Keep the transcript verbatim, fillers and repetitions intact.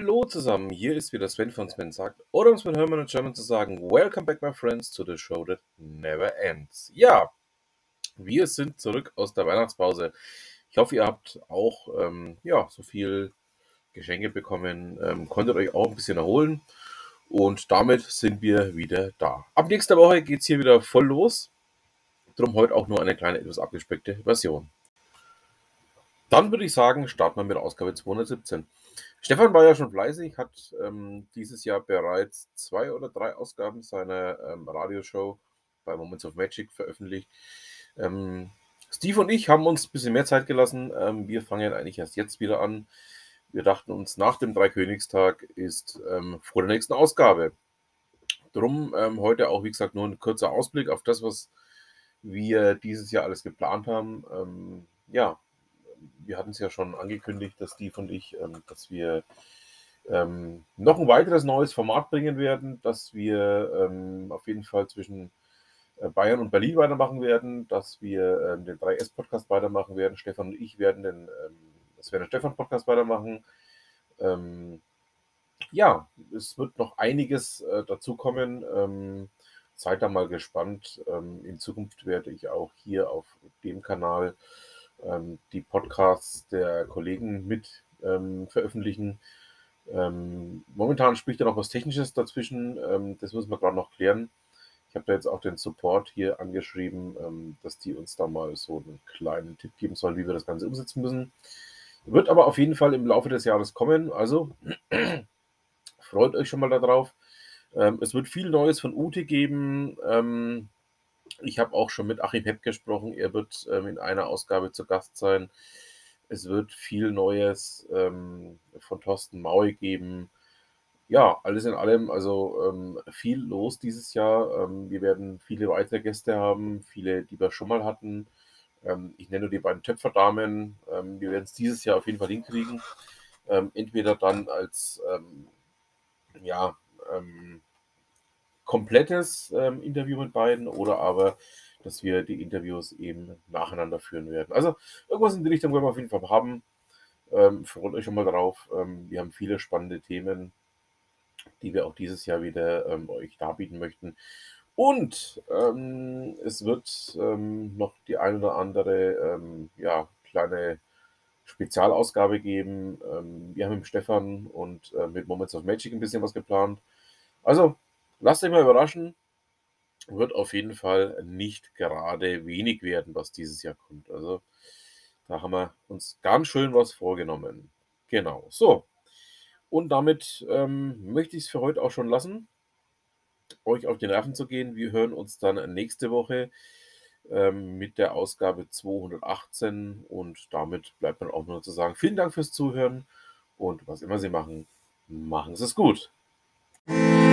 Hallo zusammen, hier ist wieder Sven von Sven sagt, oder um Sven Hermann in German zu sagen, Welcome back my friends to the show that never ends. Ja, wir sind zurück aus der Weihnachtspause. Ich hoffe, ihr habt auch ähm, ja, so viel Geschenke bekommen, ähm, konntet euch auch ein bisschen erholen und damit sind wir wieder da. Ab nächster Woche geht es hier wieder voll los, drum heute auch nur eine kleine, etwas abgespeckte Version. Dann würde ich sagen, starten wir mit Ausgabe zweihundertsiebzehn. Stefan war ja schon fleißig, hat ähm, dieses Jahr bereits zwei oder drei Ausgaben seiner ähm, Radioshow bei Moments of Magic veröffentlicht. Ähm, Steve und ich haben uns ein bisschen mehr Zeit gelassen. Ähm, wir fangen eigentlich erst jetzt wieder an. Wir dachten uns, nach dem Dreikönigstag ist ähm, vor der nächsten Ausgabe. Drum ähm, heute auch, wie gesagt, nur ein kurzer Ausblick auf das, was wir dieses Jahr alles geplant haben. Ähm, ja, wir hatten es ja schon angekündigt, dass Steve und ich, ähm, dass wir ähm, noch ein weiteres neues Format bringen werden, dass wir ähm, auf jeden Fall zwischen äh, Bayern und Berlin weitermachen werden, dass wir ähm, den drei S-Podcast weitermachen werden. Stefan und ich werden den, ähm, das werden den Stefan-Podcast weitermachen. Ähm, ja, es wird noch einiges äh, dazu kommen. Ähm, seid da mal gespannt. Ähm, in Zukunft werde ich auch hier auf dem Kanal ähm, die Podcasts der Kollegen mit ähm, veröffentlichen. Ähm, momentan spricht ja noch was Technisches dazwischen. Ähm, das müssen wir gerade noch klären. Ich habe da jetzt auch den Support hier angeschrieben, ähm, dass die uns da mal so einen kleinen Tipp geben sollen, wie wir das Ganze umsetzen müssen. Wird aber auf jeden Fall im Laufe des Jahres kommen. Also freut euch schon mal darauf. Ähm, es wird viel Neues von Ute geben. Ähm, ich habe auch schon mit Achim Hepp gesprochen. Er wird ähm, in einer Ausgabe zu Gast sein. Es wird viel Neues ähm, von Thorsten Maue geben. Ja, alles in allem, also ähm, viel los dieses Jahr. Ähm, wir werden viele weitere Gäste haben, viele, die wir schon mal hatten. Ähm, ich nenne nur die beiden Töpferdamen. Ähm, wir werden es dieses Jahr auf jeden Fall hinkriegen. Ähm, entweder dann als ähm, ja, ähm, komplettes ähm, Interview mit beiden oder aber, dass wir die Interviews eben nacheinander führen werden. Also irgendwas in die Richtung werden wir auf jeden Fall haben. Ähm, freut euch schon mal drauf. Ähm, wir haben viele spannende Themen, die wir auch dieses Jahr wieder ähm, euch darbieten möchten. Und ähm, es wird ähm, noch die ein oder andere ähm, ja, kleine Spezialausgabe geben. Ähm, wir haben mit Stefan und äh, mit Moments of Magic ein bisschen was geplant. Also lasst euch mal überraschen. Wird auf jeden Fall nicht gerade wenig werden, was dieses Jahr kommt. Also da haben wir uns ganz schön was vorgenommen. Genau. So. Und damit ähm, möchte ich es für heute auch schon lassen, euch auf die Nerven zu gehen. Wir hören uns dann nächste Woche ähm, mit der Ausgabe zweihundertachtzehn und damit bleibt mir auch nur zu sagen, vielen Dank fürs Zuhören und was immer Sie machen, machen Sie es gut.